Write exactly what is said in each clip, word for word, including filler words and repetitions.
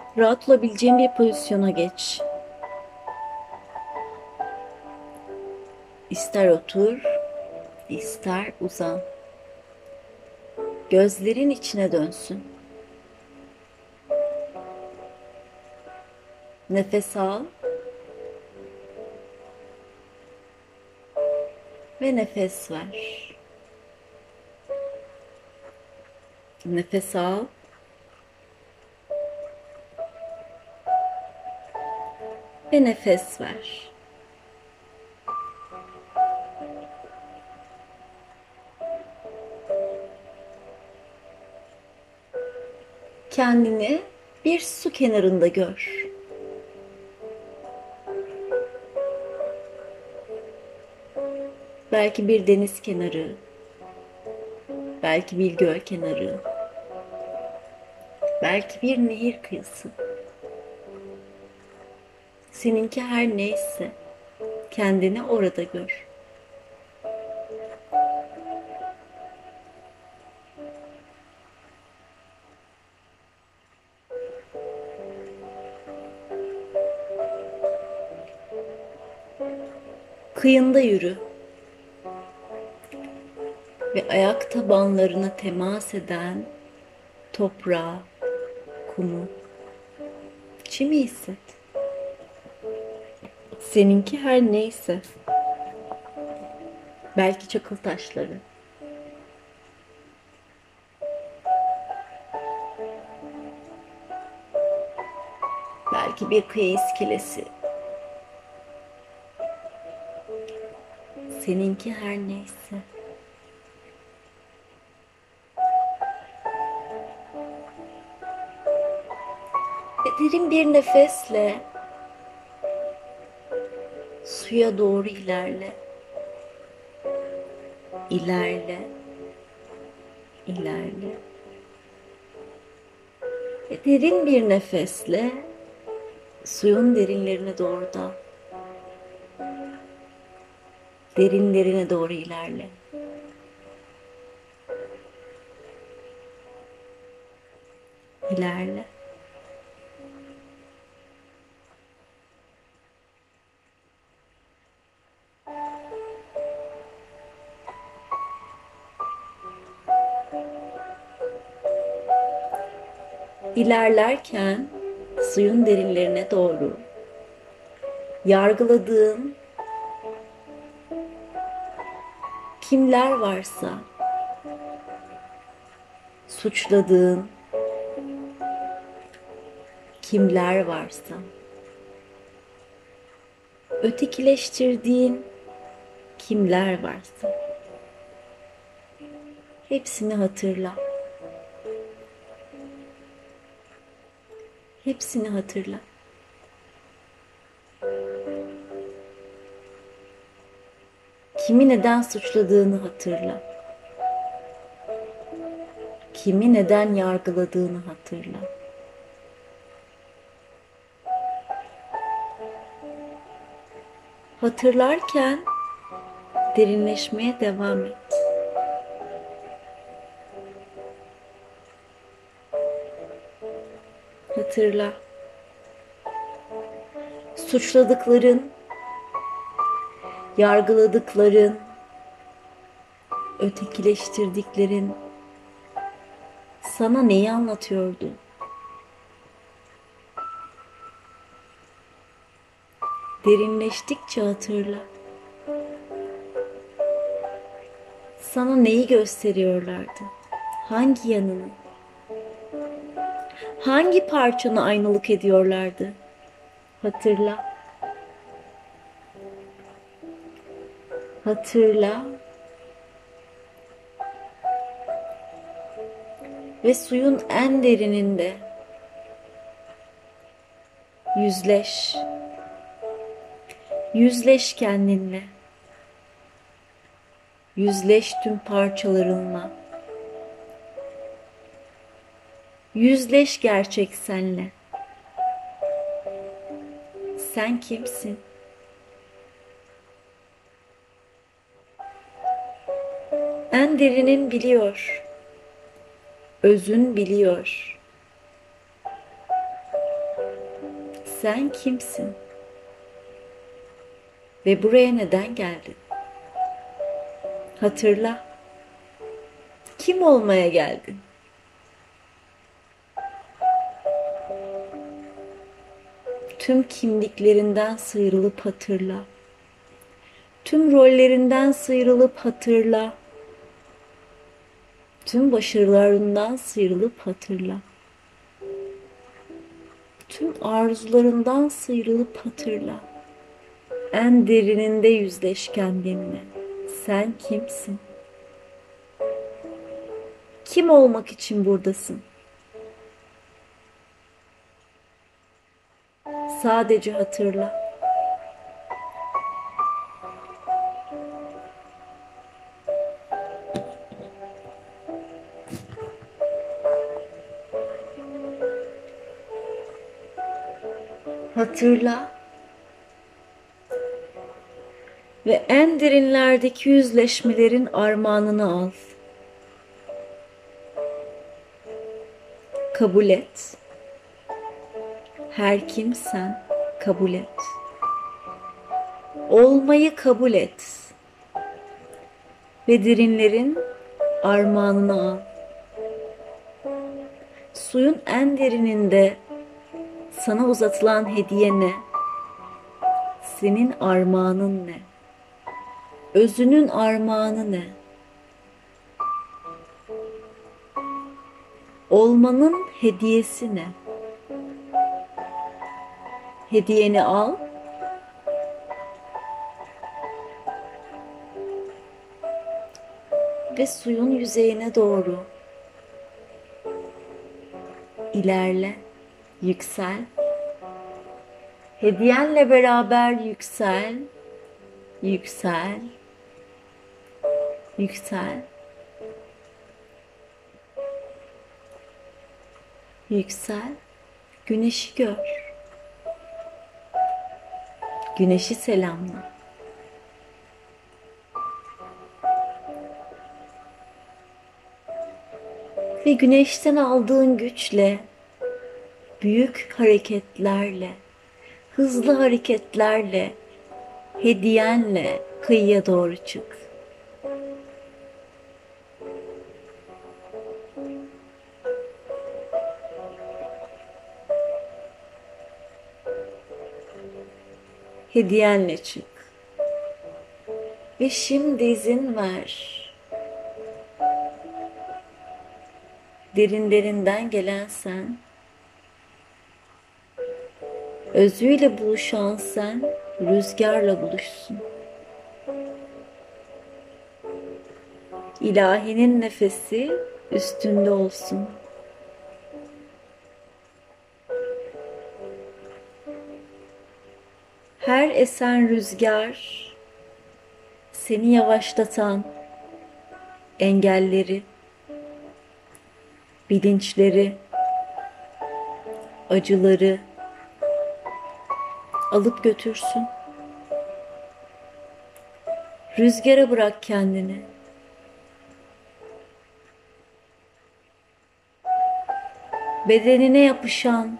Rahat olabileceğin bir pozisyona geç. İster otur, ister uzan. Gözlerin içine dönsün. Nefes al ve nefes ver. Nefes al ve nefes ver. Kendini bir su kenarında gör. Belki bir deniz kenarı, belki bir göl kenarı, belki bir nehir kıyısı. Seninki her neyse kendini orada gör. Kıyında yürü ve ayak tabanlarına temas eden toprağı, kumu, çimi hisset. Seninki her neyse. Belki çakıl taşları, belki bir kıyı iskelesi. Seninki her neyse. Ve derin bir nefesle suya doğru ilerle. İlerle, ilerle. Ve derin bir nefesle suyun derinlerine doğru dal. Derinlerine doğru ilerle. İlerle. İlerlerken suyun derinlerine doğru yargıladığın kimler varsa, suçladığın kimler varsa, ötekileştirdiğin kimler varsa hepsini hatırla. Hepsini hatırla. Kimi neden suçladığını hatırla. Kimi neden yargıladığını hatırla. Hatırlarken derinleşmeye devam et. Hatırla. Suçladıkların, yargıladıkların, ötekileştirdiklerin sana neyi anlatıyordu? Derinleştikçe hatırla. Sana neyi gösteriyorlardı? Hangi yanını? Hangi parçanı aynalık ediyorlardı? Hatırla. Hatırla. Ve suyun en derininde yüzleş. Yüzleş kendinle. Yüzleş tüm parçalarınla. Yüzleş gerçek senle. Sen kimsin? En derinin biliyor. Özün biliyor. Sen kimsin? Ve buraya neden geldin? Hatırla. Kim olmaya geldin? Tüm kimliklerinden sıyrılıp hatırla. Tüm rollerinden sıyrılıp hatırla. Tüm başarılarından sıyrılıp hatırla. Tüm arzularından sıyrılıp hatırla. En derininde yüzleş kendinle. Sen kimsin? Kim olmak için buradasın? Sadece hatırla. Hatırla. Ve en derinlerdeki yüzleşmelerin armağanını al. Kabul et. Her kimsen kabul et. Olmayı kabul et. Ve derinlerin armağanını al. Suyun en derininde sana uzatılan hediye ne? Senin armağanın ne? Özünün armağanı ne? Olmanın hediyesi ne? Hediyeni al. Ve suyun yüzeyine doğru ilerle, yüksel. Hediyenle beraber yüksel, yüksel, yüksel, yüksel. Güneşi gör. Güneşi selamla. Ve güneşten aldığın güçle, büyük hareketlerle, hızlı hareketlerle, hediyenle kıyıya doğru çık. Hediyenle çık. Ve şimdi izin ver. Derinlerinden gelen sen, özüyle buluşan sen, rüzgarla buluşsun. İlahinin nefesi üstünde olsun. Her esen rüzgar seni yavaşlatan engelleri, bilinçleri, acıları alıp götürsün. Rüzgara bırak kendini. Bedenine yapışan,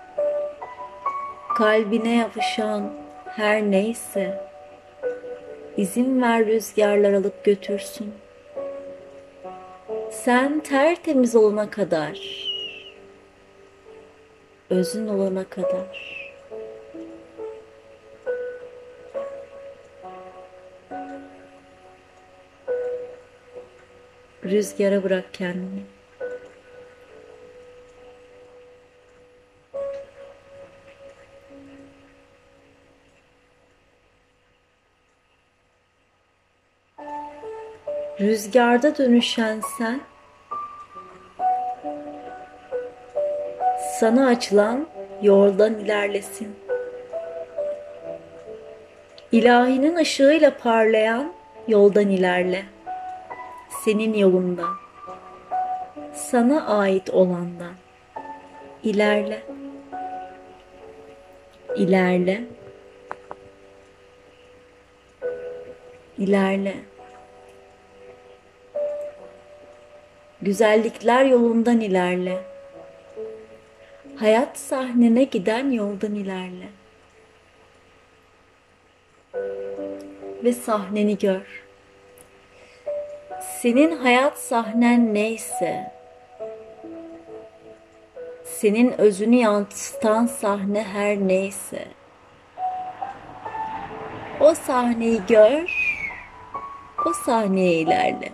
kalbine yapışan her neyse izin ver rüzgarlar alıp götürsün. Sen tertemiz olana kadar, özün olana kadar. Rüzgara bırak kendini. Rüzgarda dönüşen sen, sana açılan yoldan ilerlesin. İlahinin ışığıyla parlayan yoldan ilerle. Senin yolundan, sana ait olandan ilerle. İlerle. İlerle. Güzellikler yolundan ilerle. Hayat sahnene giden yoldan ilerle ve sahneni gör. Senin hayat sahnen neyse, senin özünü yansıtan sahne her neyse, o sahneyi gör, o sahneye ilerle.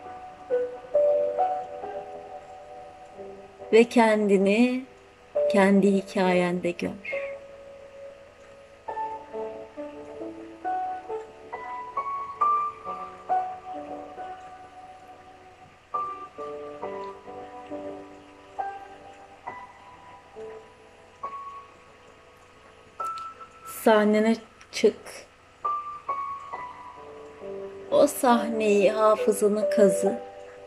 Ve kendini kendi hikayende gör. Sahnene çık. O sahneyi hafızana kazı.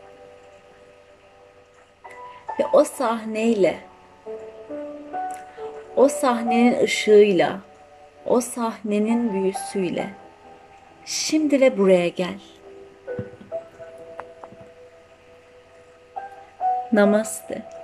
Ve o sahneyle, o sahnenin ışığıyla, o sahnenin büyüsüyle şimdi ve buraya gel. Namaste.